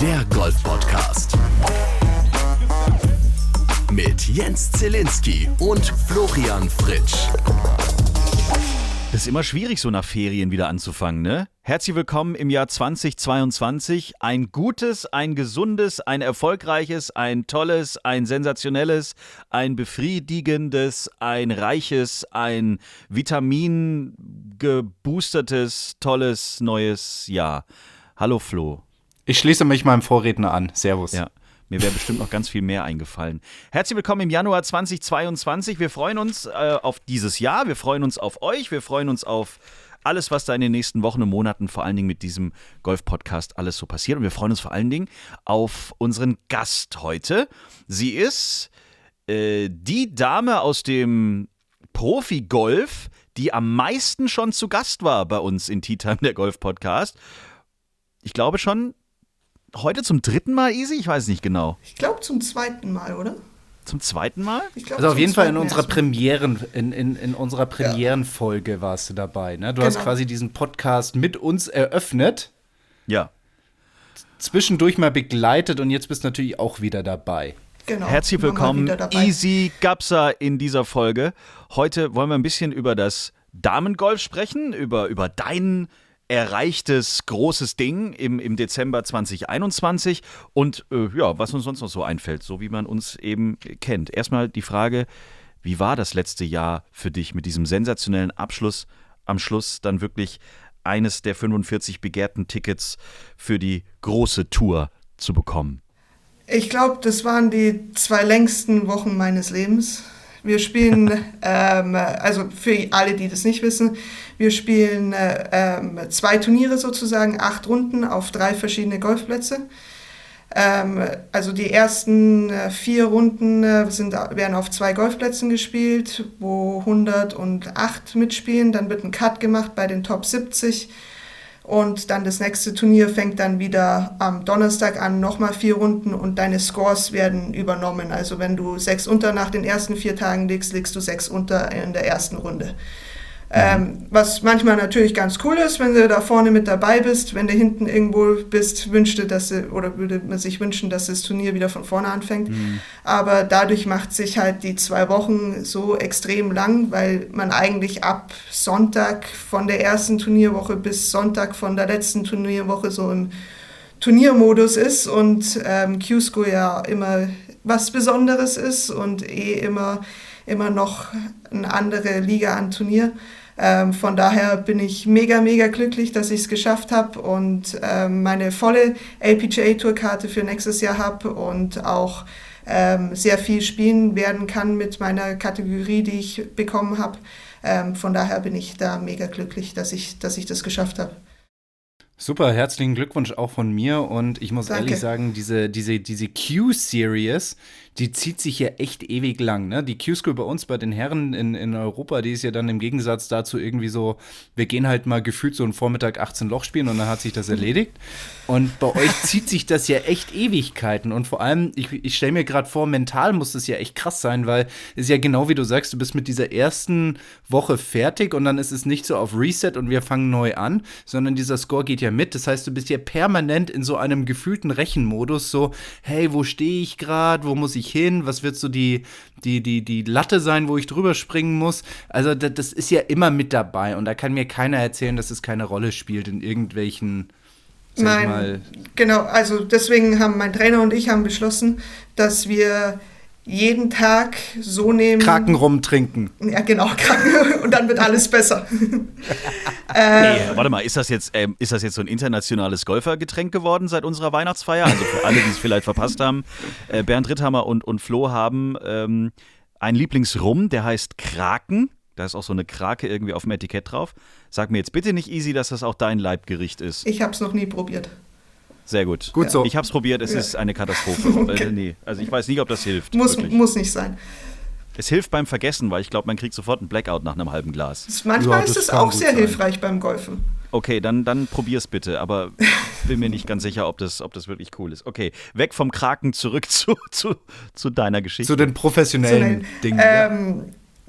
Der Golf-Podcast. Mit Jens Zielinski und Florian Fritsch. Das ist immer schwierig, so nach Ferien wieder anzufangen, ne? Herzlich willkommen im Jahr 2022. Ein gutes, ein gesundes, ein erfolgreiches, ein tolles, ein sensationelles, ein befriedigendes, ein reiches, ein vitamingeboostertes, tolles neues Jahr. Hallo Flo. Ich schließe mich meinem Vorredner an. Servus. Ja. Mir wäre bestimmt noch ganz viel mehr eingefallen. Herzlich willkommen im Januar 2022. Wir freuen uns auf dieses Jahr, wir freuen uns auf euch, wir freuen uns auf alles, was da in den nächsten Wochen und Monaten vor allen Dingen mit diesem Golf-Podcast alles so passiert. Und wir freuen uns vor allen Dingen auf unseren Gast heute. Sie ist die Dame aus dem Profi-Golf, die am meisten schon zu Gast war bei uns in Tea Time, der Golf-Podcast. Ich glaube schon heute zum 3. Mal, Easy? Ich weiß nicht genau. Ich glaube zum 2. Mal, oder? Zum 2. Mal? Ich glaub, Also auf jeden Fall in zweiten unserer erstmal. in unserer Premierenfolge warst du dabei, ne? Du hast Genau. quasi diesen Podcast mit uns eröffnet, Ja. zwischendurch mal begleitet und jetzt bist du natürlich auch wieder dabei. Genau. Herzlich Immer mal willkommen, wieder dabei. Easy Gapsa in dieser Folge. Heute wollen wir ein bisschen über das Damengolf sprechen, über dein erreichtes großes Ding im Dezember 2021 und was uns sonst noch so einfällt, so wie man uns eben kennt. Erstmal die Frage, wie war das letzte Jahr für dich mit diesem sensationellen Abschluss? Am Schluss dann wirklich eines der 45 begehrten Tickets für die große Tour zu bekommen. Ich glaube, das waren die 2 längsten Wochen meines Lebens. Wir spielen, also für alle, die das nicht wissen, wir spielen 2 Turniere sozusagen, 8 Runden auf 3 verschiedene Golfplätze. Also die ersten 4 Runden werden auf 2 Golfplätzen gespielt, wo 108 mitspielen. Dann wird ein Cut gemacht bei den Top 70. Und dann das nächste Turnier fängt dann wieder am Donnerstag an, nochmal 4 Runden und deine Scores werden übernommen. Also wenn du 6 unter nach den ersten 4 Tagen legst, legst du 6 unter in der ersten Runde. Was manchmal natürlich ganz cool ist, wenn du da vorne mit dabei bist. Wenn du hinten irgendwo bist, würde man sich wünschen, dass das Turnier wieder von vorne anfängt. Aber dadurch macht sich halt die 2 Wochen so extrem lang, weil man eigentlich ab Sonntag von der ersten Turnierwoche bis Sonntag von der letzten Turnierwoche so im Turniermodus ist und Q-School ja immer was Besonderes ist und immer noch eine andere Liga an Turnier. Von daher bin ich mega, mega glücklich, dass ich es geschafft habe und meine volle LPGA-Tourkarte für nächstes Jahr habe und auch sehr viel spielen werden kann mit meiner Kategorie, die ich bekommen habe. Von daher bin ich da mega glücklich, dass ich das geschafft habe. Super, herzlichen Glückwunsch auch von mir und ich muss Danke. ehrlich sagen, diese Q-Series, die zieht sich ja echt ewig lang, ne? Die Q-School bei uns, bei den Herren in Europa, die ist ja dann im Gegensatz dazu irgendwie so, wir gehen halt mal gefühlt so einen Vormittag 18 Loch spielen und dann hat sich das erledigt. Und bei euch zieht sich das ja echt Ewigkeiten und vor allem, ich stelle mir gerade vor, mental muss das ja echt krass sein, weil es ist ja genau wie du sagst, du bist mit dieser ersten Woche fertig und dann ist es nicht so auf Reset und wir fangen neu an, sondern dieser Score geht ja mit. Das heißt, du bist ja permanent in so einem gefühlten Rechenmodus, so, hey, wo stehe ich gerade, wo muss ich hin, was wird so die Latte sein, wo ich drüber springen muss. Also das ist ja immer mit dabei und da kann mir keiner erzählen, dass es keine Rolle spielt in irgendwelchen, sag ich mal. Genau, also deswegen haben mein Trainer und ich haben beschlossen, dass wir jeden Tag so nehmen. Kraken rumtrinken. Ja, genau, Kraken und dann wird alles besser. Warte mal, ist das jetzt so ein internationales Golfergetränk geworden seit unserer Weihnachtsfeier? Also für alle, die es vielleicht verpasst haben, Bernd Ritthammer und Flo haben einen Lieblingsrum, der heißt Kraken. Da ist auch so eine Krake irgendwie auf dem Etikett drauf. Sag mir jetzt bitte nicht, Easy, dass das auch dein Leibgericht ist. Ich habe es noch nie probiert. Sehr gut. Gut so. Ich habe es probiert, es ist eine Katastrophe. Okay. Nee, also ich weiß nicht, ob das hilft. Muss nicht sein. Es hilft beim Vergessen, weil ich glaube, man kriegt sofort einen Blackout nach einem halben Glas. Manchmal Ja, ist das es kann auch gut sehr sein. hilfreich beim Golfen. Okay, dann probier's bitte, aber bin mir nicht ganz sicher, ob das wirklich cool ist. Okay, weg vom Kraken, zurück zu deiner Geschichte. Zu den professionellen Dingen.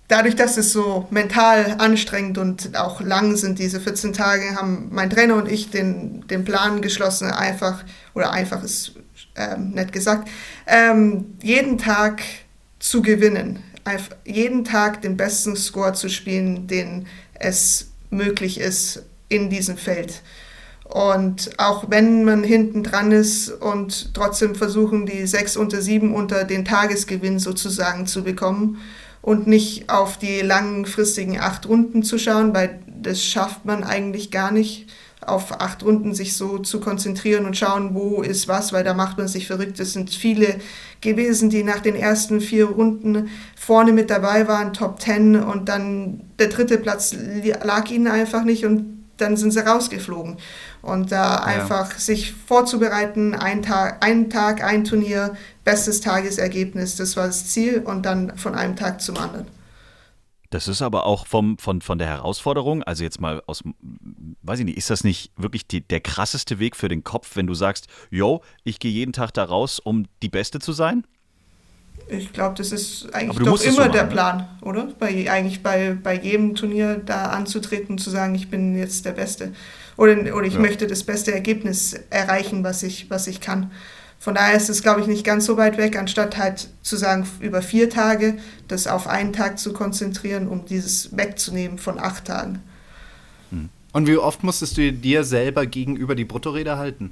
dadurch, dass es so mental anstrengend und auch lang sind, diese 14 Tage, haben mein Trainer und ich den Plan geschlossen, einfach ist nett gesagt, jeden Tag zu gewinnen. Jeden Tag den besten Score zu spielen, den es möglich ist in diesem Feld. Und auch wenn man hinten dran ist und trotzdem versuchen, die 6 unter 7 unter den Tagesgewinn sozusagen zu bekommen und nicht auf die langfristigen 8 Runden zu schauen, weil das schafft man eigentlich gar nicht, auf 8 Runden sich so zu konzentrieren und schauen, wo ist was, weil da macht man sich verrückt. Es sind viele gewesen, die nach den ersten 4 Runden vorne mit dabei waren, Top 10, und dann der 3. Platz lag ihnen einfach nicht und dann sind sie rausgeflogen. Und da einfach sich vorzubereiten, ein Tag, ein Turnier, bestes Tagesergebnis, das war das Ziel, und dann von einem Tag zum anderen. Das ist aber auch von der Herausforderung, also jetzt mal weiß ich nicht, ist das nicht wirklich der krasseste Weg für den Kopf, wenn du sagst, yo, ich gehe jeden Tag da raus, um die Beste zu sein? Ich glaube, das ist eigentlich doch immer so der Plan, oder? Bei jedem Turnier da anzutreten und zu sagen, ich bin jetzt der Beste. Oder ich möchte das beste Ergebnis erreichen, was ich kann. Von daher ist es, glaube ich, nicht ganz so weit weg, anstatt halt zu sagen, über 4 Tage, das auf einen Tag zu konzentrieren, um dieses wegzunehmen von 8 Tagen. Und wie oft musstest du dir selber gegenüber die Bruttoräder halten?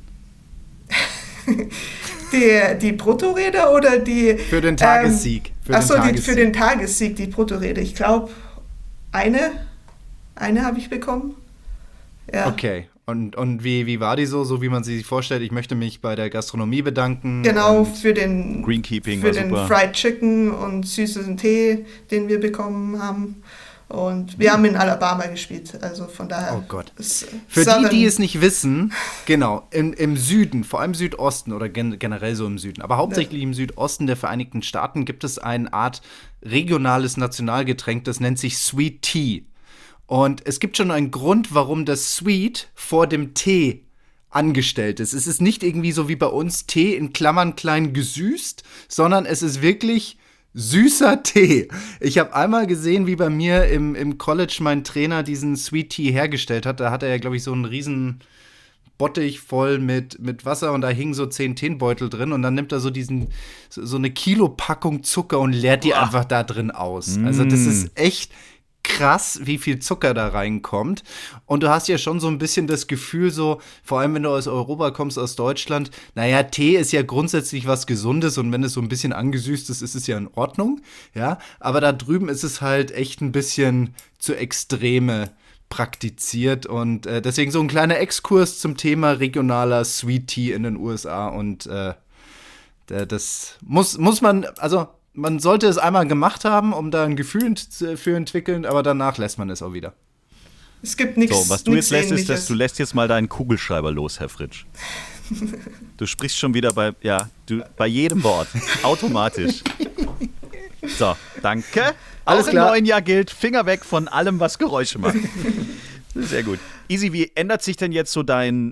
Die Bruttoräder oder die... Für den Tagessieg. Für den Tagessieg, die Bruttoräder. Ich glaube, eine habe ich bekommen. Ja. Okay. Und wie war die so wie man sie sich vorstellt? Ich möchte mich bei der Gastronomie bedanken. Genau, für den Greenkeeping für den Fried Chicken und süßen Tee, den wir bekommen haben. Und wir haben in Alabama gespielt, also von daher. Oh Gott. Für die es nicht wissen, genau, im Süden, vor allem Südosten oder generell so im Süden, aber hauptsächlich im Südosten der Vereinigten Staaten gibt es eine Art regionales Nationalgetränk, das nennt sich Sweet Tea. Und es gibt schon einen Grund, warum das Sweet vor dem Tee angestellt ist. Es ist nicht irgendwie so wie bei uns Tee in Klammern klein gesüßt, sondern es ist wirklich süßer Tee. Ich habe einmal gesehen, wie bei mir im College mein Trainer diesen Sweet Tea hergestellt hat. Da hatte er, glaube ich, so einen riesen Bottich voll mit Wasser und da hingen so 10 Teebeutel drin und dann nimmt er so eine Kilopackung Zucker und leert die einfach da drin aus. Also das ist echt krass, wie viel Zucker da reinkommt. Und du hast ja schon so ein bisschen das Gefühl, so, vor allem wenn du aus Europa kommst, aus Deutschland, naja, Tee ist ja grundsätzlich was Gesundes und wenn es so ein bisschen angesüßt ist, ist es ja in Ordnung, ja. Aber da drüben ist es halt echt ein bisschen zu extreme praktiziert und deswegen so ein kleiner Exkurs zum Thema regionaler Sweet Tea in den USA und das muss man, also man sollte es einmal gemacht haben, um da ein Gefühl für entwickeln, aber danach lässt man es auch wieder. Es gibt nichts. So, was du jetzt lässt, ist, dass du lässt jetzt mal deinen Kugelschreiber los, Herr Fritsch. Du sprichst schon wieder bei jedem Wort. Automatisch. So, danke. Alles auch klar. Im neuen Jahr gilt, Finger weg von allem, was Geräusche macht. Sehr gut. Easy, wie ändert sich denn jetzt so dein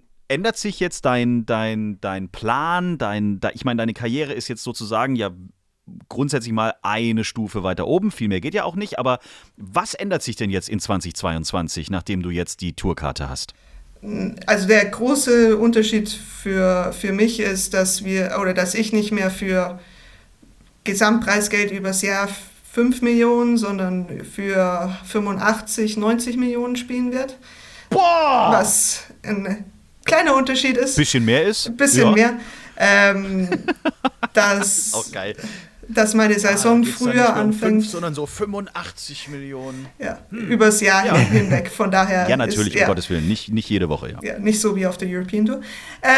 Plan? Ich meine, deine Karriere ist jetzt sozusagen ja grundsätzlich mal eine Stufe weiter oben. Viel mehr geht ja auch nicht. Aber was ändert sich denn jetzt in 2022, nachdem du jetzt die Tourkarte hast? Also der große Unterschied für mich ist, dass ich nicht mehr für Gesamtpreisgeld übers Jahr 5 Millionen, sondern für 85, 90 Millionen spielen werde. Boah! Was ein kleiner Unterschied ist. Bisschen mehr ist? Ein bisschen mehr. Auch geil. Dass meine Saison früher anfängt. 5, sondern so 85 Millionen. Ja, übers Jahr hinweg. Von daher. Ja, natürlich, um Gottes Willen. Nicht jede Woche, ja. Ja, nicht so wie auf der European Tour.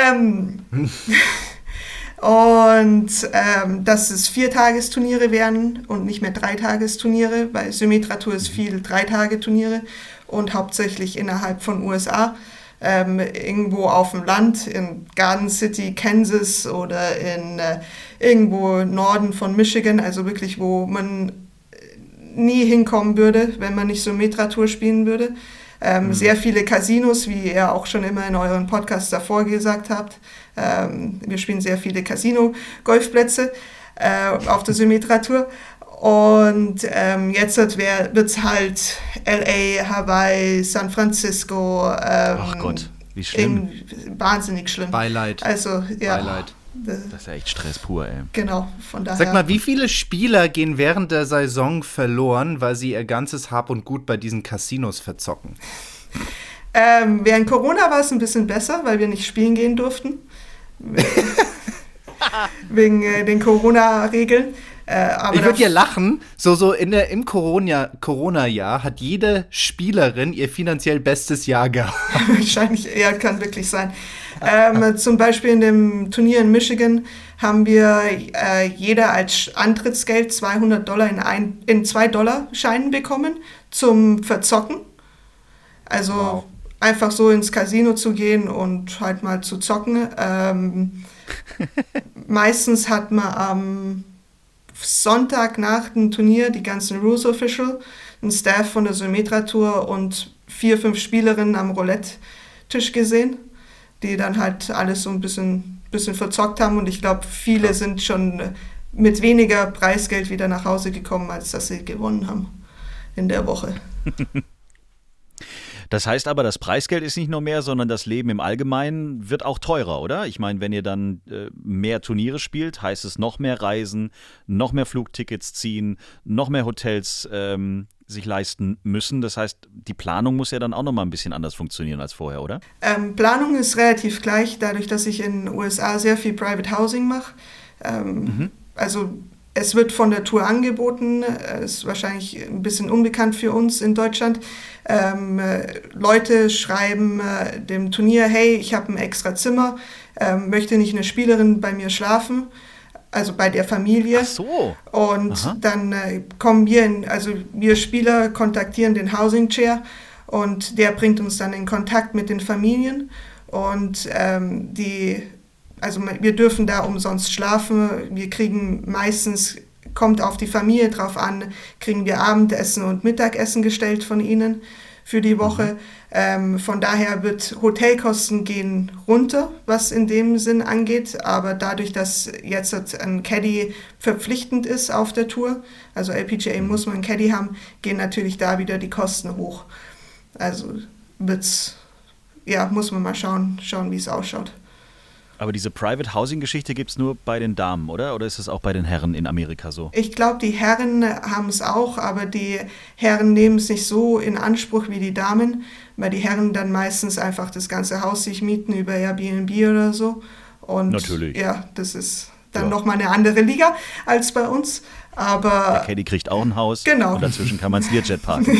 Und dass es 4-Tagesturniere werden und nicht mehr 3-Tagesturniere, weil Symetra Tour ist viel 3-Tage-Turniere und hauptsächlich innerhalb von USA. Irgendwo auf dem Land, in Garden City, Kansas oder in irgendwo Norden von Michigan, also wirklich, wo man nie hinkommen würde, wenn man nicht Symetra Tour spielen würde. Sehr viele Casinos, wie ihr auch schon immer in euren Podcasts davor gesagt habt. Wir spielen sehr viele Casino-Golfplätze auf der Symetra Tour. Und jetzt wird es halt LA, Hawaii, San Francisco. Ach Gott, wie schlimm. Wahnsinnig schlimm. Beileid. Also, ja. Beileid. Das ist ja echt Stress pur, ey. Genau, von daher. Sag mal, wie viele Spieler gehen während der Saison verloren, weil sie ihr ganzes Hab und Gut bei diesen Casinos verzocken? Während Corona war es ein bisschen besser, weil wir nicht spielen gehen durften. Wegen den Corona-Regeln. Ich würde ja lachen, im Corona-Jahr hat jede Spielerin ihr finanziell bestes Jahr gehabt. Wahrscheinlich, ja, kann wirklich sein. Zum Beispiel in dem Turnier in Michigan haben wir jeder als Antrittsgeld $200 in $2-Scheinen bekommen zum Verzocken. Also Wow. einfach so ins Casino zu gehen und halt mal zu zocken. Meistens hat man am Sonntag nach dem Turnier die ganzen Rules Official, ein Staff von der Symmetra Tour und 4-5 Spielerinnen am Roulette-Tisch gesehen, die dann halt alles so ein bisschen verzockt haben. Und ich glaube, viele sind schon mit weniger Preisgeld wieder nach Hause gekommen, als dass sie gewonnen haben in der Woche. Das heißt aber, das Preisgeld ist nicht nur mehr, sondern das Leben im Allgemeinen wird auch teurer, oder? Ich meine, wenn ihr dann mehr Turniere spielt, heißt es noch mehr Reisen, noch mehr Flugtickets ziehen, noch mehr Hotels sich leisten müssen. Das heißt, die Planung muss ja dann auch nochmal ein bisschen anders funktionieren als vorher, oder? Planung ist relativ gleich, dadurch, dass ich in den USA sehr viel Private Housing mache. Also es wird von der Tour angeboten, ist wahrscheinlich ein bisschen unbekannt für uns in Deutschland. Leute schreiben dem Turnier, hey, ich habe ein extra Zimmer, möchte nicht eine Spielerin bei mir schlafen, also bei der Familie. Ach so. Und dann kommen wir Spieler kontaktieren den Housing Chair und der bringt uns dann in Kontakt mit den Familien und also wir dürfen da umsonst schlafen. Wir kriegen meistens, kommt auf die Familie drauf an, kriegen wir Abendessen und Mittagessen gestellt von ihnen für die Woche. Von daher wird Hotelkosten gehen runter, was in dem Sinn angeht. Aber dadurch, dass jetzt ein Caddy verpflichtend ist auf der Tour, also LPGA muss man einen Caddy haben, gehen natürlich da wieder die Kosten hoch. Also muss man mal schauen, wie es ausschaut. Aber diese Private Housing-Geschichte gibt es nur bei den Damen, oder? Oder ist es auch bei den Herren in Amerika so? Ich glaube, die Herren haben es auch, aber die Herren nehmen es nicht so in Anspruch wie die Damen, weil die Herren dann meistens einfach das ganze Haus sich mieten über Airbnb oder so. Und natürlich. Ja, das ist dann nochmal eine andere Liga als bei uns. Aber der Caddy kriegt auch ein Haus. Genau. Und dazwischen kann man ins Learjet parken.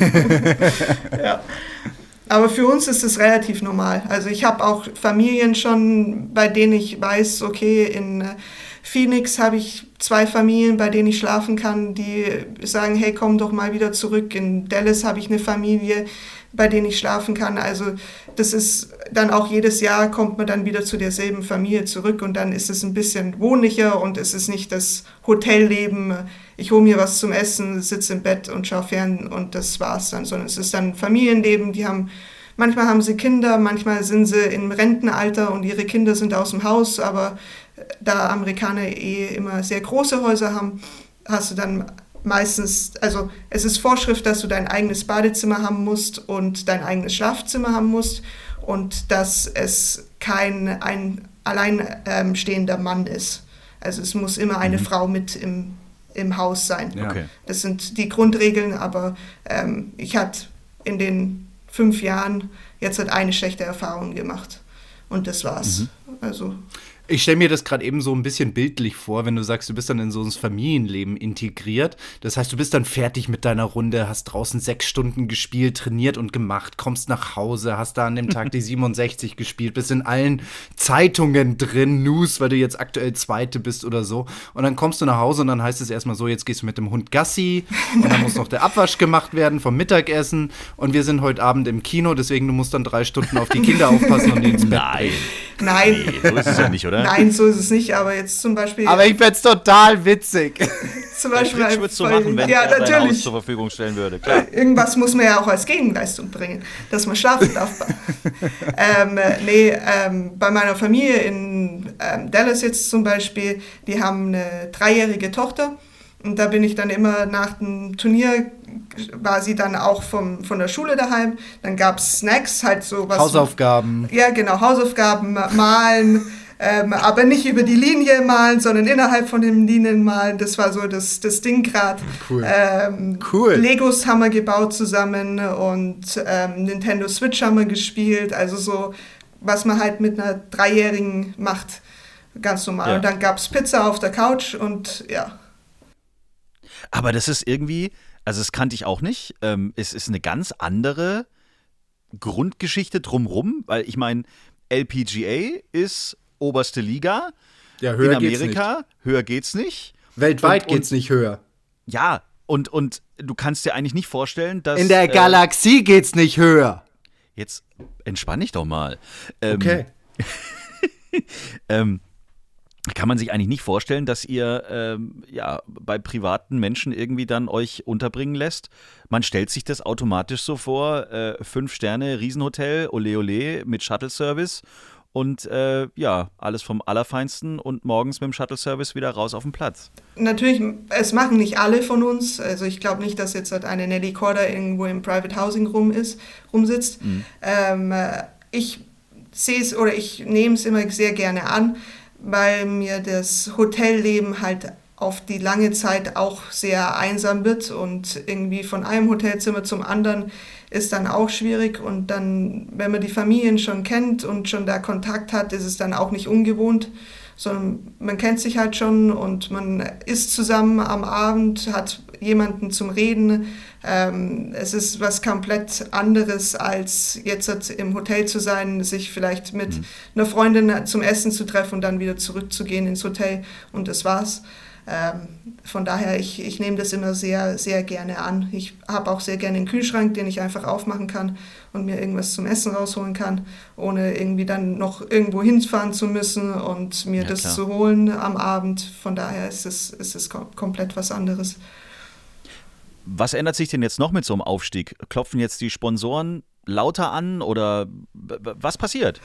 Ja. Aber für uns ist es relativ normal. Also ich habe auch Familien schon, bei denen ich weiß, okay, in Phoenix habe ich 2 Familien, bei denen ich schlafen kann, die sagen, hey, komm doch mal wieder zurück. In Dallas habe ich eine Familie, bei denen ich schlafen kann. Also das ist dann auch jedes Jahr kommt man dann wieder zu derselben Familie zurück und dann ist es ein bisschen wohnlicher und es ist nicht das Hotelleben, ich hole mir was zum Essen, sitze im Bett und schaue fern und das war's dann, sondern es ist dann Familienleben, manchmal haben sie Kinder, manchmal sind sie im Rentenalter und ihre Kinder sind aus dem Haus, aber da Amerikaner immer sehr große Häuser haben, hast du dann meistens, also es ist Vorschrift, dass du dein eigenes Badezimmer haben musst und dein eigenes Schlafzimmer haben musst und dass es kein alleinstehender Mann ist. Also es muss immer eine Frau mit im Haus sein. Ja. Okay. Das sind die Grundregeln, aber ich hatte in den 5 Jahren jetzt eine schlechte Erfahrung gemacht und das war's. Also Ich stelle mir das gerade eben so ein bisschen bildlich vor, wenn du sagst, du bist dann in so ein Familienleben integriert. Das heißt, du bist dann fertig mit deiner Runde, hast draußen 6 Stunden gespielt, trainiert und gemacht, kommst nach Hause, hast da an dem Tag die 67 gespielt, bist in allen Zeitungen drin, News, weil du jetzt aktuell Zweite bist oder so. Und dann kommst du nach Hause und dann heißt es erstmal so, jetzt gehst du mit dem Hund Gassi und dann muss noch der Abwasch gemacht werden vom Mittagessen und wir sind heute Abend im Kino, deswegen du musst dann 3 Stunden auf die Kinder aufpassen und die ins Bett bringen. nein. Nee, so ist es ja nicht, oder? Nein, so ist es nicht, aber jetzt zum Beispiel. Aber ich find's total witzig. Zum Beispiel Twitch würdest du machen, wenn er dein Haus zur Verfügung stellen würde. Klar. Irgendwas muss man ja auch als Gegenleistung bringen, dass man schlafen darf. Bei meiner Familie in Dallas jetzt zum Beispiel, die haben eine 3-jährige Tochter Und da bin ich dann immer nach dem Turnier, war sie dann auch von der Schule daheim. Dann gab es Snacks, halt so was. Hausaufgaben. Ja, genau, Hausaufgaben, malen. Aber nicht über die Linie malen, sondern innerhalb von den Linien malen. Das war so das Ding gerade. Cool. Cool. Legos haben wir gebaut zusammen und Nintendo Switch haben wir gespielt. Also so, was man halt mit einer Dreijährigen macht. Ganz normal. Ja. Und dann gab es Pizza auf der Couch und ja. Aber das ist irgendwie, also das kannte ich auch nicht. Es ist eine ganz andere Grundgeschichte drumrum, weil ich meine, LPGA ist oberste Liga. Ja, höher in Amerika, geht's nicht. Höher geht's nicht. Weltweit geht's nicht höher. Ja, und du kannst dir eigentlich nicht vorstellen, dass. In der Galaxie geht's nicht höher. Jetzt entspann dich doch mal. Okay. Kann man sich eigentlich nicht vorstellen, dass ihr bei privaten Menschen irgendwie dann euch unterbringen lässt. Man stellt sich das automatisch so vor, 5 Sterne, Riesenhotel, ole ole mit Shuttle-Service und alles vom Allerfeinsten und morgens mit dem Shuttle-Service wieder raus auf den Platz. Natürlich, es machen nicht alle von uns. Also ich glaube nicht, dass jetzt halt eine Nelly Korda irgendwo im Private Housing rumsitzt. Ich sehe es oder ich nehme es immer sehr gerne an, weil mir das Hotelleben halt auf die lange Zeit auch sehr einsam wird und irgendwie von einem Hotelzimmer zum anderen ist dann auch schwierig und dann, wenn man die Familien schon kennt und schon da Kontakt hat, ist es dann auch nicht ungewohnt, sondern man kennt sich halt schon und man isst zusammen am Abend, hat jemanden zum Reden. Es ist was komplett anderes, als jetzt im Hotel zu sein, sich vielleicht mit einer Freundin zum Essen zu treffen und dann wieder zurückzugehen ins Hotel und das war's. Von daher, ich nehme das immer sehr, sehr gerne an. Ich habe auch sehr gerne einen Kühlschrank, den ich einfach aufmachen kann und mir irgendwas zum Essen rausholen kann, ohne irgendwie dann noch irgendwo hinfahren zu müssen und mir das zu holen am Abend. Von daher ist es komplett was anderes. Was ändert sich denn jetzt noch mit so einem Aufstieg? Klopfen jetzt die Sponsoren lauter an oder was passiert?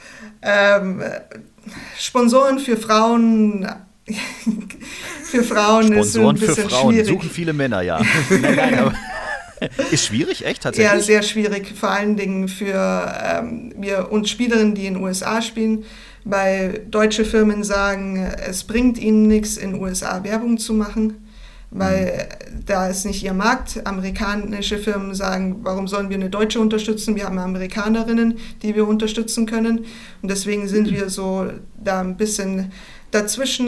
Sponsoren für Frauen... für Frauen Sponsoren ist ein bisschen für Frauen schwierig. Suchen viele Männer, ja. Nein, aber ist schwierig, echt tatsächlich? Ja, sehr schwierig, vor allen Dingen für wir und Spielerinnen, die in den USA spielen, weil deutsche Firmen sagen, es bringt ihnen nichts, in den USA Werbung zu machen, weil da ist nicht ihr Markt. Amerikanische Firmen sagen, warum sollen wir eine Deutsche unterstützen? Wir haben Amerikanerinnen, die wir unterstützen können und deswegen sind wir so da ein bisschen dazwischen,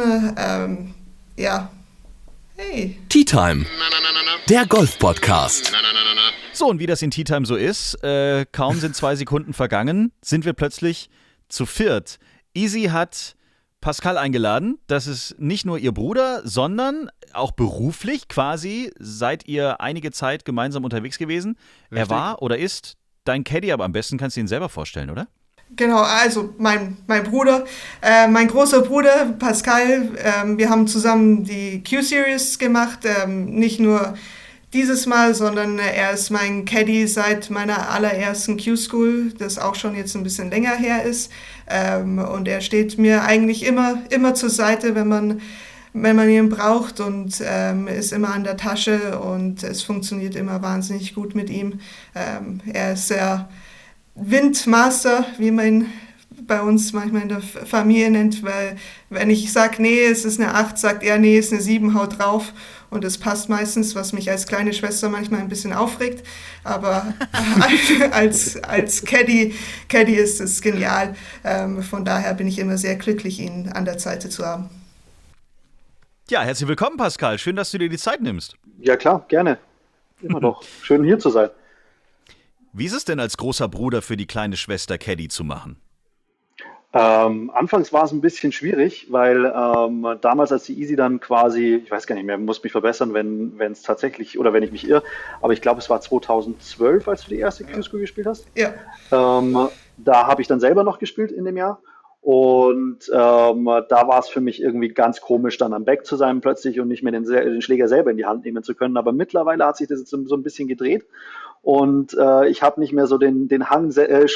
hey. Tea Time, der Golf-Podcast. So, und wie das in Tea Time so ist, kaum sind 2 Sekunden vergangen, sind wir plötzlich zu viert. Easy hat Pascal eingeladen. Das ist nicht nur ihr Bruder, sondern auch beruflich quasi seid ihr einige Zeit gemeinsam unterwegs gewesen. Richtig. Er war oder ist dein Caddy, aber am besten kannst du ihn selber vorstellen, oder? Genau, also mein Bruder, mein großer Bruder Pascal, wir haben zusammen die Q-Series gemacht, nicht nur dieses Mal, sondern er ist mein Caddy seit meiner allerersten Q-School, das auch schon jetzt ein bisschen länger her ist und er steht mir eigentlich immer zur Seite, wenn man ihn braucht und ist immer an der Tasche und es funktioniert immer wahnsinnig gut mit ihm. Er ist sehr Windmaster, wie man ihn bei uns manchmal in der Familie nennt, weil wenn ich sage, nee, es ist eine 8, sagt er, nee, es ist eine 7, haut drauf und es passt meistens, was mich als kleine Schwester manchmal ein bisschen aufregt, aber als Caddy ist es genial, von daher bin ich immer sehr glücklich, ihn an der Seite zu haben. Ja, herzlich willkommen, Pascal. Schön, dass du dir die Zeit nimmst. Ja klar, gerne. Immer doch. Schön hier zu sein. Wie ist es denn als großer Bruder für die kleine Schwester Caddy zu machen? Anfangs war es ein bisschen schwierig, weil damals, als die Easy dann quasi, ich weiß gar nicht mehr, muss mich verbessern, wenn es tatsächlich, oder wenn ich mich irre, aber ich glaube, es war 2012, als du die erste Q-School gespielt hast. Ja. Da habe ich dann selber noch gespielt in dem Jahr. Und da war es für mich irgendwie ganz komisch, dann am Back zu sein plötzlich und nicht mehr den Schläger selber in die Hand nehmen zu können. Aber mittlerweile hat sich das jetzt so ein bisschen gedreht. Und ich habe nicht mehr so den Drang,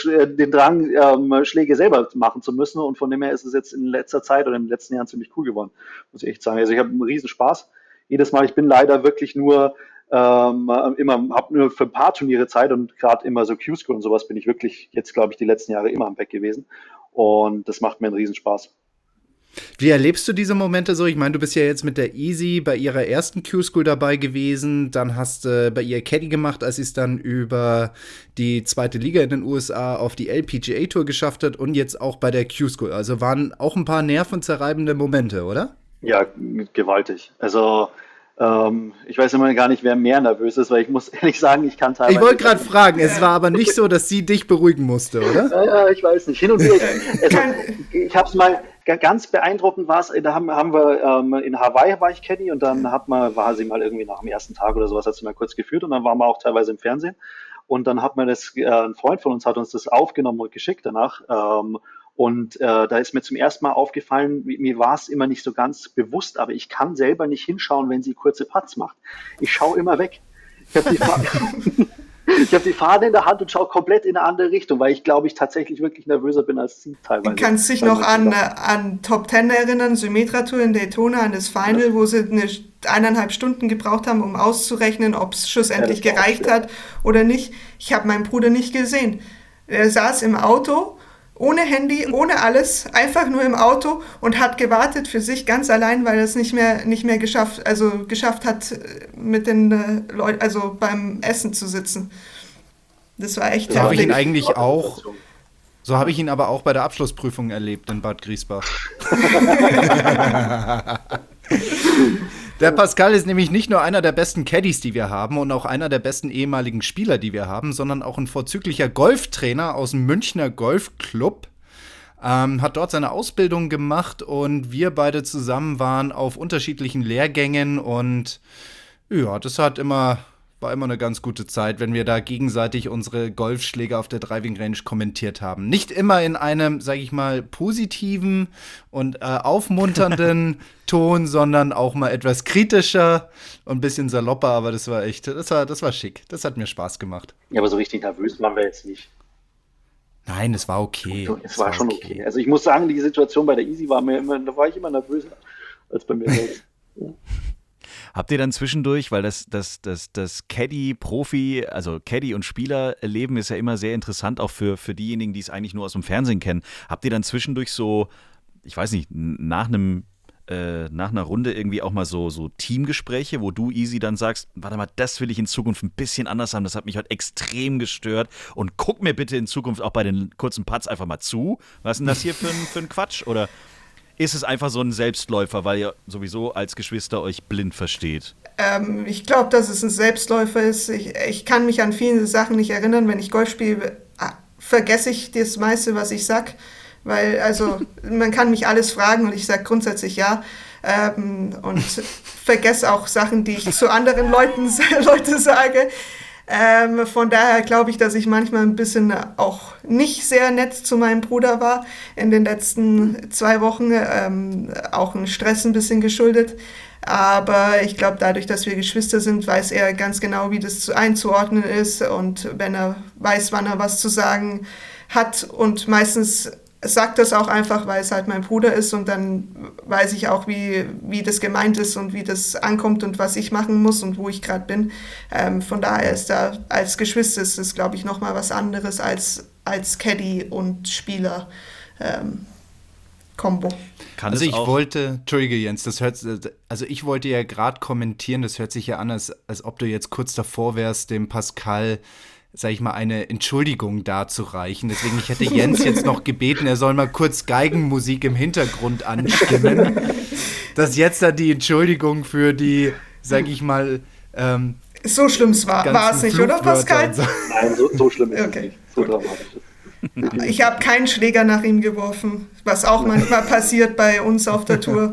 Schläge selber machen zu müssen. Und von dem her ist es jetzt in letzter Zeit oder in den letzten Jahren ziemlich cool geworden, muss ich echt sagen. Also ich habe einen riesen Spaß. jedes Mal, ich bin leider wirklich nur habe nur für ein paar Turniere Zeit und gerade immer so Q-School und sowas bin ich wirklich jetzt, glaube ich, die letzten Jahre immer am Back gewesen. Und das macht mir einen Riesenspaß. Wie erlebst du diese Momente so? Ich meine, du bist ja jetzt mit der Easy bei ihrer ersten Q-School dabei gewesen, dann hast du bei ihr Caddy gemacht, als sie es dann über die zweite Liga in den USA auf die LPGA Tour geschafft hat und jetzt auch bei der Q-School. Also waren auch ein paar nervenzerreibende Momente, oder? Ja, gewaltig. Also ich weiß immer gar nicht, wer mehr nervös ist, weil ich muss ehrlich sagen, ich kann teilweise... Ich wollte gerade fragen, es war aber nicht so, dass sie dich beruhigen musste, oder? Ja, ich weiß nicht. Hin und wieder. Ich habe es mal ganz beeindruckend war es, da haben wir in Hawaii war ich Caddy und dann war sie mal irgendwie nach dem ersten Tag oder sowas, hat sie mal kurz geführt und dann waren wir auch teilweise im Fernsehen und dann hat man ein Freund von uns hat uns das aufgenommen und geschickt danach. Da ist mir zum ersten Mal aufgefallen, mir war es immer nicht so ganz bewusst, aber ich kann selber nicht hinschauen, wenn sie kurze Putts macht. Ich schaue immer weg. Ich habe die Fahne in der Hand und schaue komplett in eine andere Richtung, weil ich glaube, ich tatsächlich wirklich nervöser bin als sie teilweise. Du kannst dich noch an Top 10 erinnern, Symmetra Tour in Daytona, an das Final, wo sie 1,5 Stunden gebraucht haben, um auszurechnen, ob es schlussendlich gereicht hat oder nicht. Ich habe meinen Bruder nicht gesehen. Er saß im Auto, ohne Handy, ohne alles, einfach nur im Auto und hat gewartet für sich ganz allein, weil er es nicht mehr geschafft hat, mit den Leuten, also beim Essen zu sitzen. Das war echt so habe ich ihn eigentlich auch. So habe ich ihn aber auch bei der Abschlussprüfung erlebt in Bad Griesbach. Der Pascal ist nämlich nicht nur einer der besten Caddies, die wir haben und auch einer der besten ehemaligen Spieler, die wir haben, sondern auch ein vorzüglicher Golftrainer aus dem Münchner Golfclub. Hat dort seine Ausbildung gemacht und wir beide zusammen waren auf unterschiedlichen Lehrgängen und ja, das war immer eine ganz gute Zeit, wenn wir da gegenseitig unsere Golfschläge auf der Driving Range kommentiert haben. Nicht immer in einem, sag ich mal, positiven und aufmunternden Ton, sondern auch mal etwas kritischer und ein bisschen salopper, aber das war schick. Das hat mir Spaß gemacht. Ja, aber so richtig nervös waren wir jetzt nicht. Nein, es war okay. Es war schon okay. Also ich muss sagen, die Situation bei der Easy da war ich immer nervöser als bei mir selbst. Ja. Habt ihr dann zwischendurch, weil das Caddy-Profi, also Caddy- und Spielerleben ist ja immer sehr interessant, auch für diejenigen, die es eigentlich nur aus dem Fernsehen kennen. Habt ihr dann zwischendurch so, ich weiß nicht, nach einer Runde irgendwie auch mal so Teamgespräche, wo du, Easy, dann sagst, warte mal, das will ich in Zukunft ein bisschen anders haben, das hat mich heute extrem gestört und guck mir bitte in Zukunft auch bei den kurzen Putts einfach mal zu. Was ist denn das hier für ein Quatsch? Oder ist es einfach so ein Selbstläufer, weil ihr sowieso als Geschwister euch blind versteht? Ich glaube, dass es ein Selbstläufer ist. Ich kann mich an viele Sachen nicht erinnern. Wenn ich Golf spiele, vergesse ich das meiste, was ich sag. Weil, also, man kann mich alles fragen und ich sage grundsätzlich ja. Und vergesse auch Sachen, die ich zu anderen Leute sage. Von daher glaube ich, dass ich manchmal ein bisschen auch nicht sehr nett zu meinem Bruder war in den letzten 2 Wochen, auch ein Stress ein bisschen geschuldet. Aber ich glaube, dadurch, dass wir Geschwister sind, weiß er ganz genau, wie das einzuordnen ist und wenn er weiß, wann er was zu sagen hat und meistens sagt das auch einfach, weil es halt mein Bruder ist und dann weiß ich auch, wie das gemeint ist und wie das ankommt und was ich machen muss und wo ich gerade bin. Von daher ist da als Geschwister ist es, glaube ich, nochmal was anderes als Caddy und Spieler Kombo. Ich wollte ja gerade kommentieren, das hört sich ja an, als ob du jetzt kurz davor wärst, dem Pascal, sag ich mal, eine Entschuldigung darzureichen. Deswegen, ich hätte Jens jetzt noch gebeten, er soll mal kurz Geigenmusik im Hintergrund anstimmen. Dass jetzt dann die Entschuldigung für die, sag ich mal, so schlimm war es nicht, oder Pascal? So. Nein, so schlimm ist es nicht. So dramatisch. Ich habe keinen Schläger nach ihm geworfen, was auch manchmal passiert bei uns auf der Tour.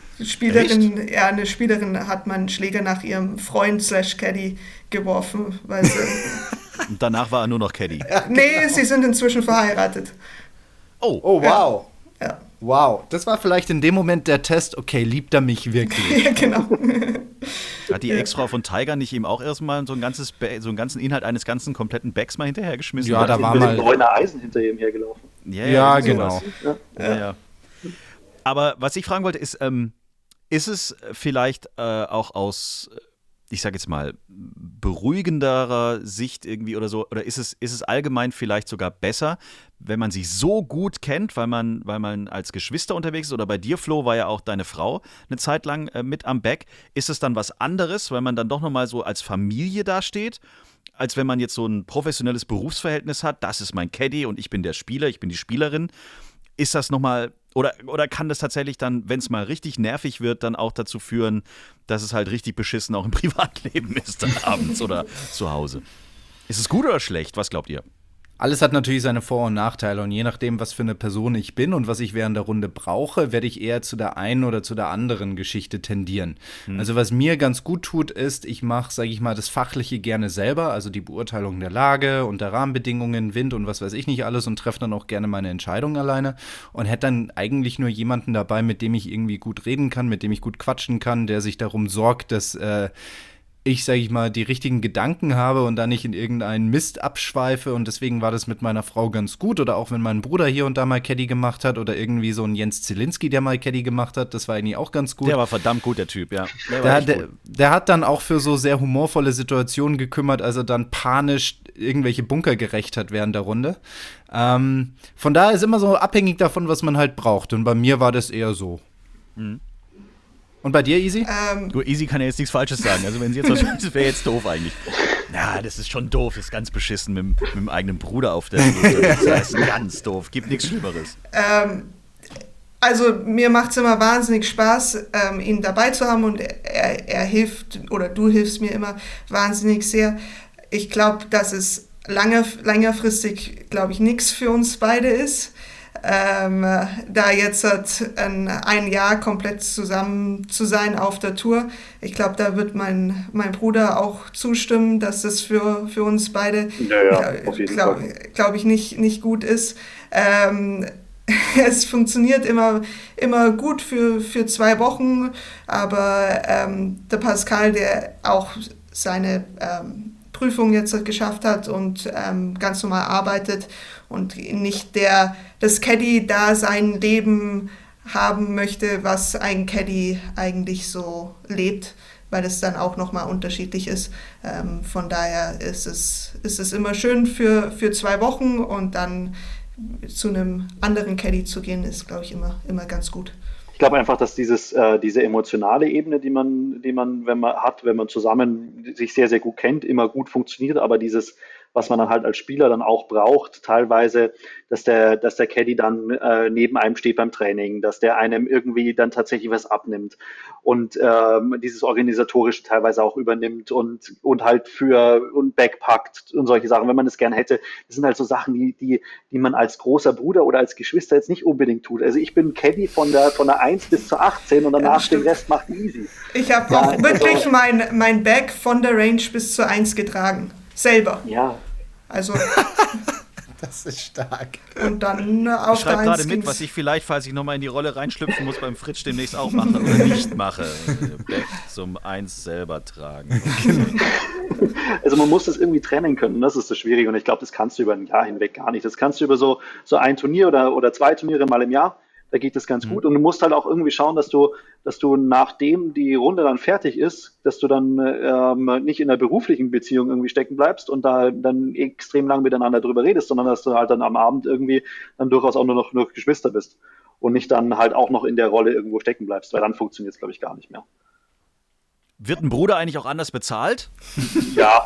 Eine Spielerin hat meinen Schläger nach ihrem Freund /Caddy geworfen. Weil und danach war er nur noch Caddy. Nee, sie sind inzwischen verheiratet. Oh, wow. Ja. Wow, das war vielleicht in dem Moment der Test, okay, liebt er mich wirklich? Ja, genau. Hat die Ex-Frau von Tiger nicht ihm auch erstmal so einen ganzen Inhalt eines ganzen kompletten Bags mal hinterhergeschmissen? Ja, da war mal ein grüner Eisen hinter ihm hergelaufen. Ja, genau. Ja. Aber was ich fragen wollte ist, Ist es vielleicht auch aus, ich sage jetzt mal, beruhigenderer Sicht irgendwie oder so, oder ist es allgemein vielleicht sogar besser, wenn man sich so gut kennt, weil man als Geschwister unterwegs ist, oder bei dir, Flo, war ja auch deine Frau eine Zeit lang mit am Back, ist es dann was anderes, weil man dann doch nochmal so als Familie dasteht, als wenn man jetzt so ein professionelles Berufsverhältnis hat, das ist mein Caddy und ich bin der Spieler, ich bin die Spielerin. Ist das nochmal, oder kann das tatsächlich dann, wenn es mal richtig nervig wird, dann auch dazu führen, dass es halt richtig beschissen auch im Privatleben ist, dann abends oder zu Hause? Ist es gut oder schlecht? Was glaubt ihr? Alles hat natürlich seine Vor- und Nachteile und je nachdem, was für eine Person ich bin und was ich während der Runde brauche, werde ich eher zu der einen oder zu der anderen Geschichte tendieren. Also was mir ganz gut tut, ist, ich mache, sage ich mal, das Fachliche gerne selber, also die Beurteilung der Lage und der Rahmenbedingungen, Wind und was weiß ich nicht alles und treffe dann auch gerne meine Entscheidung alleine und hätte dann eigentlich nur jemanden dabei, mit dem ich irgendwie gut reden kann, mit dem ich gut quatschen kann, der sich darum sorgt, dass ich, sage ich mal, die richtigen Gedanken habe und da nicht in irgendeinen Mist abschweife und deswegen war das mit meiner Frau ganz gut oder auch wenn mein Bruder hier und da mal Caddy gemacht hat oder irgendwie so ein Jens Zielinski, der mal Caddy gemacht hat, das war eigentlich auch ganz gut. Der war verdammt gut, der Typ, ja. Der hat dann auch für so sehr humorvolle Situationen gekümmert, als er dann panisch irgendwelche Bunker gerecht hat während der Runde. Von daher ist immer so abhängig davon, was man halt braucht und bei mir war das eher so. Mhm. Und bei dir, Easy? Du, Easy kann ja jetzt nichts Falsches sagen. Also wenn sie jetzt was das wäre jetzt doof eigentlich. Ja, das ist schon doof. Das ist ganz beschissen mit dem eigenen Bruder auf der Liste. Das ist ganz doof. Gibt nichts Schlimmeres. Also mir macht es immer wahnsinnig Spaß, ihn dabei zu haben und er hilft, oder du hilfst mir immer wahnsinnig sehr. Ich glaube, dass es längerfristig, glaube ich, nichts für uns beide ist. Da jetzt ein Jahr komplett zusammen zu sein auf der Tour. Ich glaube, da wird mein Bruder auch zustimmen, dass das für uns beide, glaube ich, nicht gut ist. Es funktioniert immer gut für 2 Wochen, aber der Pascal, der auch seine Prüfung jetzt geschafft hat und ganz normal arbeitet und nicht das Caddy da sein Leben haben möchte, was ein Caddy eigentlich so lebt, weil es dann auch nochmal unterschiedlich ist. Von daher ist es immer schön für 2 Wochen und dann zu einem anderen Caddy zu gehen, ist, glaube ich, immer ganz gut. Ich glaube einfach, dass diese emotionale Ebene, die man, wenn man zusammen sich sehr, sehr gut kennt, immer gut funktioniert, aber dieses, was man dann halt als Spieler dann auch braucht, teilweise, dass der Caddy dann neben einem steht beim Training, dass der einem irgendwie dann tatsächlich was abnimmt und dieses Organisatorische teilweise auch übernimmt und halt und backpackt und solche Sachen, wenn man das gern hätte. Das sind halt so Sachen, die man als großer Bruder oder als Geschwister jetzt nicht unbedingt tut. Also ich bin Caddy von der 1 bis zur 18 und danach den Rest macht Easy. Ich habe auch wirklich mein Bag von der Range bis zur 1 getragen. Selber. Ja. Also. Das ist stark. Und dann auf ich schreibe gerade mit, was ich vielleicht, falls ich nochmal in die Rolle reinschlüpfen muss, beim Fritsch demnächst auch mache oder nicht mache. Back zum 1 selber tragen. Also man muss das irgendwie trennen können, das ist das Schwierige und ich glaube, das kannst du über ein Jahr hinweg gar nicht. Das kannst du über so ein Turnier oder 2 Turniere mal im Jahr, da geht das ganz gut und du musst halt auch irgendwie schauen, dass du nachdem die Runde dann fertig ist, dass du dann nicht in einer beruflichen Beziehung irgendwie stecken bleibst und da dann extrem lang miteinander drüber redest, sondern dass du halt dann am Abend irgendwie dann durchaus auch nur noch Geschwister bist und nicht dann halt auch noch in der Rolle irgendwo stecken bleibst, weil dann funktioniert es, glaube ich, gar nicht mehr. Wird ein Bruder eigentlich auch anders bezahlt? Ja.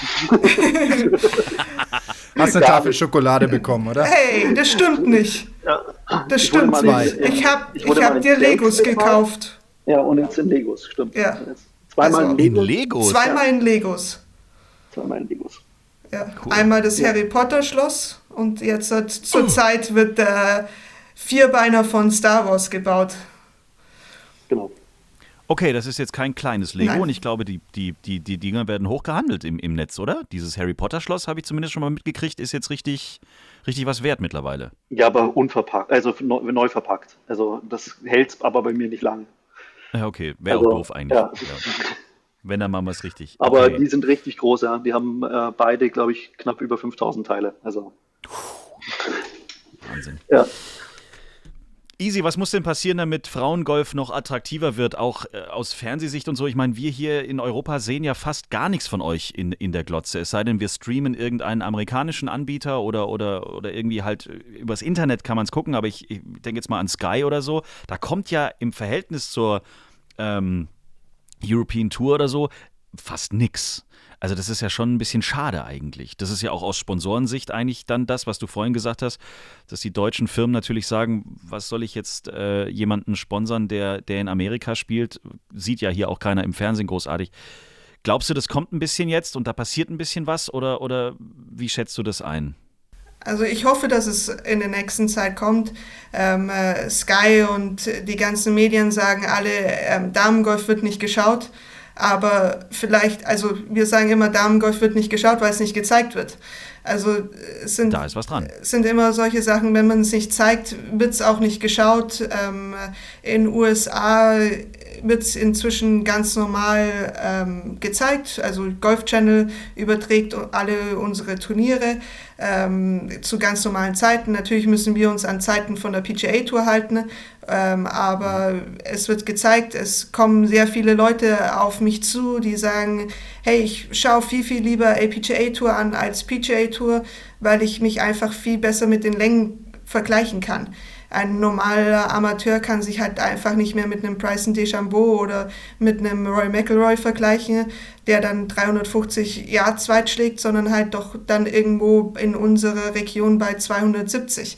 Hast eine Tafel Schokolade bekommen, oder? Hey, das stimmt nicht. Ja. Das stimmt nicht. Ich hab dir Legos gekauft. Ja, und jetzt in Legos, stimmt. Ja. Zweimal in Legos? Zweimal in Legos. Zweimal in Legos. Ja. Cool. Einmal das Harry Potter Schloss und jetzt zur Zeit wird der Vierbeiner von Star Wars gebaut. Genau. Okay, das ist jetzt kein kleines Lego. Nein. Und ich glaube, die Dinger werden hoch gehandelt im Netz, oder? Dieses Harry Potter Schloss, habe ich zumindest schon mal mitgekriegt, ist jetzt richtig was wert mittlerweile. Ja, aber unverpackt, also neu verpackt. Also das hält aber bei mir nicht lang. Ja, okay, wäre auch doof eigentlich. Ja. Ja. Wenn, dann machen wir es richtig. Aber okay. Die sind richtig groß, ja. Die haben beide, glaube ich, knapp über 5000 Teile. Also. Wahnsinn. Ja. Easy, was muss denn passieren, damit Frauengolf noch attraktiver wird, auch aus Fernsehsicht und so? Ich meine, wir hier in Europa sehen ja fast gar nichts von euch in der Glotze. Es sei denn, wir streamen irgendeinen amerikanischen Anbieter oder irgendwie halt übers Internet kann man es gucken, aber ich denke jetzt mal an Sky oder so. Da kommt ja im Verhältnis zur European Tour oder so fast nix. Also das ist ja schon ein bisschen schade eigentlich. Das ist ja auch aus Sponsorensicht eigentlich dann das, was du vorhin gesagt hast, dass die deutschen Firmen natürlich sagen, was soll ich jetzt jemanden sponsern, der in Amerika spielt, sieht ja hier auch keiner im Fernsehen großartig. Glaubst du, das kommt ein bisschen jetzt und da passiert ein bisschen was oder wie schätzt du das ein? Also ich hoffe, dass es in der nächsten Zeit kommt. Sky und die ganzen Medien sagen alle, Damengolf wird nicht geschaut. Aber vielleicht, also wir sagen immer, Damengolf wird nicht geschaut, weil es nicht gezeigt wird. Also da ist was dran. Sind immer solche Sachen, wenn man es nicht zeigt, wird es auch nicht geschaut. In den USA wird es inzwischen ganz normal gezeigt. Also Golf Channel überträgt alle unsere Turniere zu ganz normalen Zeiten. Natürlich müssen wir uns an Zeiten von der PGA Tour halten, aber es wird gezeigt, es kommen sehr viele Leute auf mich zu, die sagen, hey, ich schaue viel lieber LPGA Tour an als PGA Tour, weil ich mich einfach viel besser mit den Längen vergleichen kann. Ein normaler Amateur kann sich halt einfach nicht mehr mit einem Bryson DeChambeau oder mit einem Rory McIlroy vergleichen, der dann 350 Yards weit schlägt, sondern halt doch dann irgendwo in unserer Region bei 270.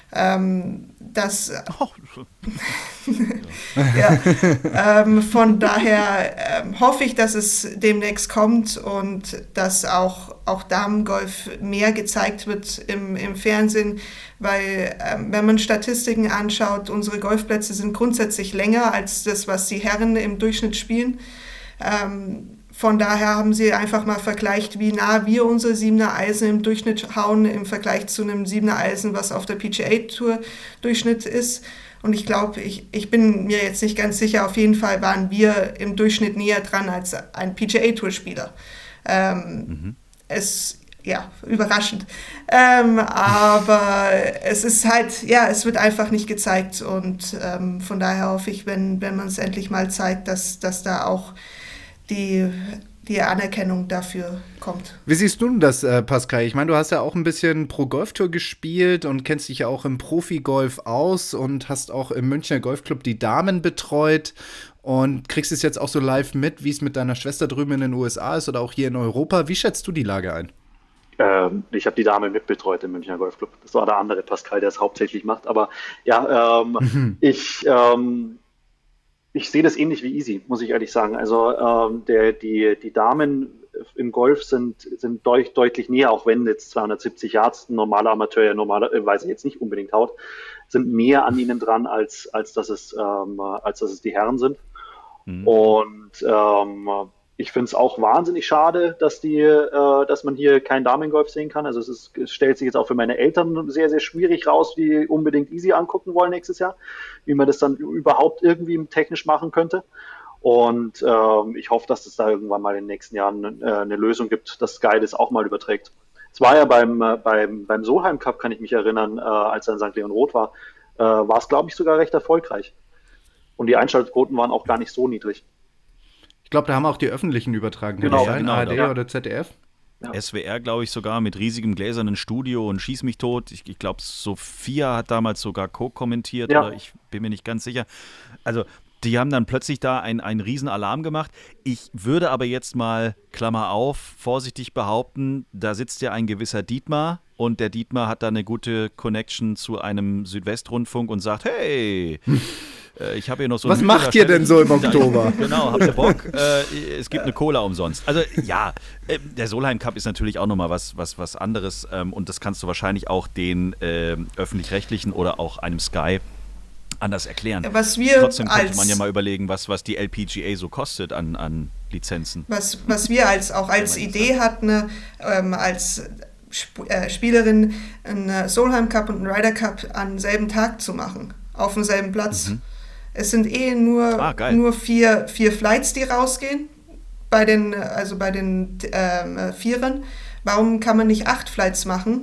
Von daher hoffe ich, dass es demnächst kommt und dass auch Damengolf mehr gezeigt wird im Fernsehen, weil wenn man Statistiken anschaut, unsere Golfplätze sind grundsätzlich länger als das, was die Herren im Durchschnitt spielen. Von daher haben sie einfach mal vergleicht, wie nah wir unsere 7er Eisen im Durchschnitt hauen im Vergleich zu einem 7er Eisen, was auf der PGA Tour Durchschnitt ist. Und ich glaube, ich bin mir jetzt nicht ganz sicher, auf jeden Fall waren wir im Durchschnitt näher dran als ein PGA Tour Spieler. Überraschend. Aber es ist halt, es wird einfach nicht gezeigt und von daher hoffe ich, wenn man es endlich mal zeigt, dass da auch die Anerkennung dafür kommt. Wie siehst du denn das, Pascal? Ich meine, du hast ja auch ein bisschen Pro Golf Tour gespielt und kennst dich ja auch im Profi-Golf aus und hast auch im Münchner Golfclub die Damen betreut und kriegst es jetzt auch so live mit, wie es mit deiner Schwester drüben in den USA ist oder auch hier in Europa. Wie schätzt du die Lage ein? Ich habe die Dame mitbetreut im Münchner Golfclub. Das war der andere Pascal, der es hauptsächlich macht. Aber ich sehe das ähnlich wie Easy, muss ich ehrlich sagen. Also die Damen im Golf sind deutlich näher, auch wenn jetzt 270 Yards ein normaler Amateur ja normalerweise jetzt nicht unbedingt haut, sind näher an ihnen dran, als dass es die Herren sind. Und ich finde es auch wahnsinnig schade, dass man hier kein Damengolf sehen kann. Also es stellt sich jetzt auch für meine Eltern sehr, sehr schwierig raus, die unbedingt Easy angucken wollen nächstes Jahr, wie man das dann überhaupt irgendwie technisch machen könnte. Und ich hoffe, dass es da irgendwann mal in den nächsten Jahren eine Lösung gibt, dass Sky das auch mal überträgt. Es war ja beim Solheim Cup, kann ich mich erinnern, als er in St. Leon Roth war es, glaube ich, sogar recht erfolgreich. Und die Einschaltquoten waren auch gar nicht so niedrig. Ich glaube, da haben auch die Öffentlichen übertragen. Genau, ARD oder ZDF. Ja. SWR, glaube ich, sogar mit riesigem gläsernen Studio und Schieß mich tot. Ich glaube, Sophia hat damals sogar co-kommentiert, oder ich bin mir nicht ganz sicher. Also, die haben dann plötzlich da einen riesen Alarm gemacht. Ich würde aber jetzt mal, Klammer auf, vorsichtig behaupten, da sitzt ja ein gewisser Dietmar und der Dietmar hat da eine gute Connection zu einem Südwestrundfunk und sagt, hey, ich habe hier noch so was macht ihr denn so im Oktober? Genau, habt ihr Bock? Es gibt eine Cola umsonst. Also ja, der Solheim Cup ist natürlich auch nochmal was anderes und das kannst du wahrscheinlich auch den Öffentlich-Rechtlichen oder auch einem Sky anders erklären. Trotzdem könnte man ja mal überlegen, was die LPGA so kostet an Lizenzen. Was wir als Idee hatten, als Spielerin einen Solheim Cup und einen Ryder Cup am selben Tag zu machen, auf demselben Platz. Es sind nur vier Flights, die rausgehen bei den Vierern. Warum kann man nicht 8 Flights machen,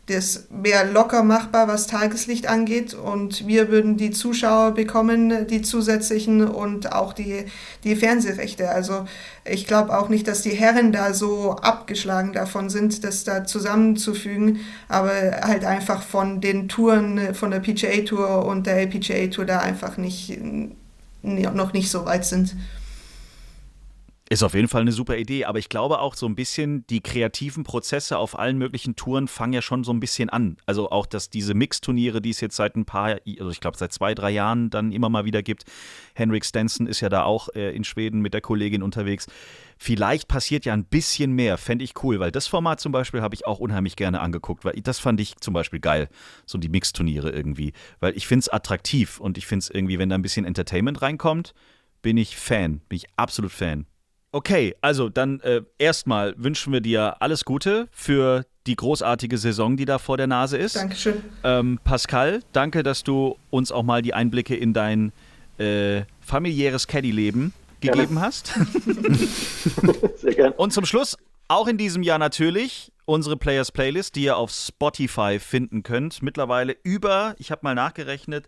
das wäre locker machbar, was Tageslicht angeht, und wir würden die Zuschauer bekommen, die zusätzlichen, und auch die Fernsehrechte. Also ich glaube auch nicht, dass die Herren da so abgeschlagen davon sind, das da zusammenzufügen, aber halt einfach von den Touren, von der PGA Tour und der LPGA Tour da einfach noch nicht so weit sind. Ist auf jeden Fall eine super Idee, aber ich glaube auch so ein bisschen, die kreativen Prozesse auf allen möglichen Touren fangen ja schon so ein bisschen an. Also auch, dass diese Mixturniere, die es jetzt seit ich glaube seit 2-3 Jahren dann immer mal wieder gibt. Henrik Stenson ist ja da auch in Schweden mit der Kollegin unterwegs. Vielleicht passiert ja ein bisschen mehr, fände ich cool, weil das Format zum Beispiel habe ich auch unheimlich gerne angeguckt, weil das fand ich zum Beispiel geil, so die Mixturniere irgendwie. Weil ich finde es attraktiv und ich finde es irgendwie, wenn da ein bisschen Entertainment reinkommt, bin ich absolut Fan. Okay, also dann erstmal wünschen wir dir alles Gute für die großartige Saison, die da vor der Nase ist. Dankeschön. Pascal, danke, dass du uns auch mal die Einblicke in dein familiäres Caddy-Leben gegeben hast. Sehr gerne. Und zum Schluss, auch in diesem Jahr natürlich, unsere Players Playlist, die ihr auf Spotify finden könnt. Mittlerweile ich habe mal nachgerechnet,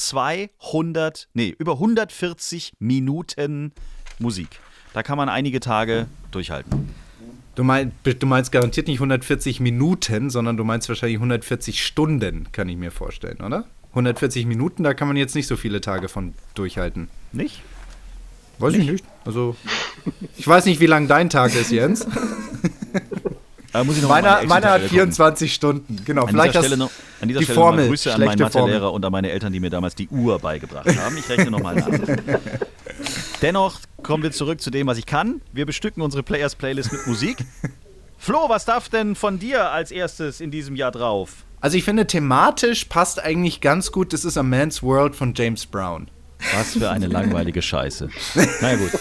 über 140 Minuten Musik. Da kann man einige Tage durchhalten. Du meinst garantiert nicht 140 Minuten, sondern du meinst wahrscheinlich 140 Stunden, kann ich mir vorstellen, oder? 140 Minuten, da kann man jetzt nicht so viele Tage von durchhalten. Nicht? Weiß ich nicht. Also, ich weiß nicht, wie lang dein Tag ist, Jens. Muss ich noch meiner hat 24 Stunden. Genau, vielleicht an dieser Stelle Formel, Grüße an meinen Mathelehrer und an meine Eltern, die mir damals die Uhr beigebracht haben. Ich rechne nochmal nach. Dennoch kommen wir zurück zu dem, was ich kann. Wir bestücken unsere Players Playlist mit Musik. Flo, was darf denn von dir als erstes in diesem Jahr drauf? Also ich finde, thematisch passt eigentlich ganz gut, das ist A Man's World von James Brown. Was für eine langweilige Scheiße. Na ja, gut.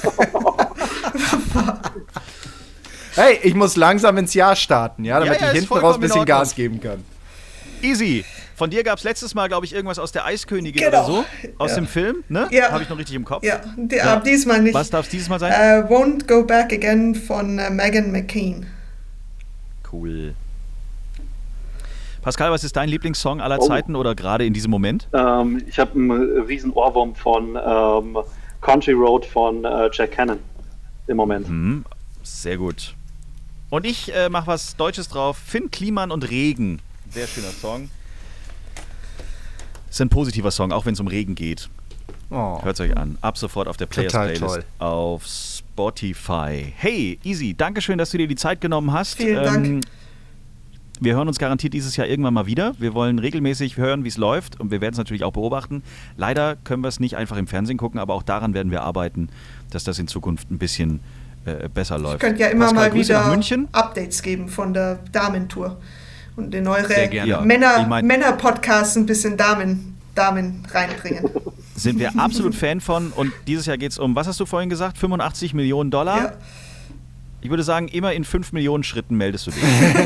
Hey, ich muss langsam ins Jahr starten, ja, damit ich hinten raus ein bisschen Gas geben kann. Easy. Von dir gab es letztes Mal, glaube ich, irgendwas aus der Eiskönigin oder so. Aus dem Film, ne? Ja. Habe ich noch richtig im Kopf? Ja, diesmal nicht. Was darf es dieses Mal sein? Won't Go Back Again von Megan McCain. Cool. Pascal, was ist dein Lieblingssong aller Zeiten oder gerade in diesem Moment? Ich habe einen riesen Ohrwurm von Country Road von Jack Cannon im Moment. Sehr gut. Und ich mache was Deutsches drauf. Finn Kliman und Regen. Sehr schöner Song. Ist ein positiver Song, auch wenn es um Regen geht. Oh. Hört es euch an. Ab sofort auf der Players Playlist toll. Auf Spotify. Hey, Easy, dankeschön, dass du dir die Zeit genommen hast. Vielen Dank. Wir hören uns garantiert dieses Jahr irgendwann mal wieder. Wir wollen regelmäßig hören, wie es läuft, und wir werden es natürlich auch beobachten. Leider können wir es nicht einfach im Fernsehen gucken, aber auch daran werden wir arbeiten, dass das in Zukunft ein bisschen besser läuft. Ich könnte ja immer Pascal, mal wieder München. Updates geben von der Damentour und in eure Ja, Männer-Podcasts ein bisschen Damen reinbringen. Sind wir absolut Fan von, und dieses Jahr geht es um, was hast du vorhin gesagt, 85 Millionen $? Ja. Ich würde sagen, immer in 5 Millionen Schritten meldest du dich.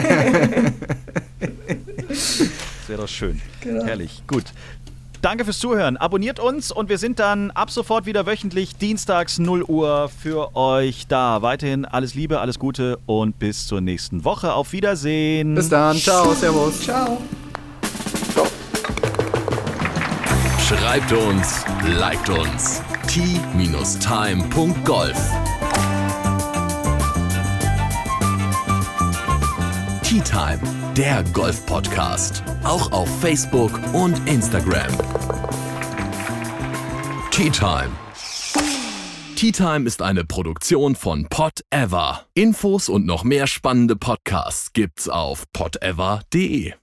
Das wäre doch schön. Genau. Herrlich. Gut. Danke fürs Zuhören. Abonniert uns und wir sind dann ab sofort wieder wöchentlich dienstags 0 Uhr für euch da. Weiterhin alles Liebe, alles Gute und bis zur nächsten Woche. Auf Wiedersehen. Bis dann. Ciao. Servus. Ciao. Schreibt uns, liked uns. t-time.golf. Tee Time, der Golf-Podcast. Auch auf Facebook und Instagram. Tee Time. Tee Time ist eine Produktion von Pod Ever. Infos und noch mehr spannende Podcasts gibt's auf podever.de.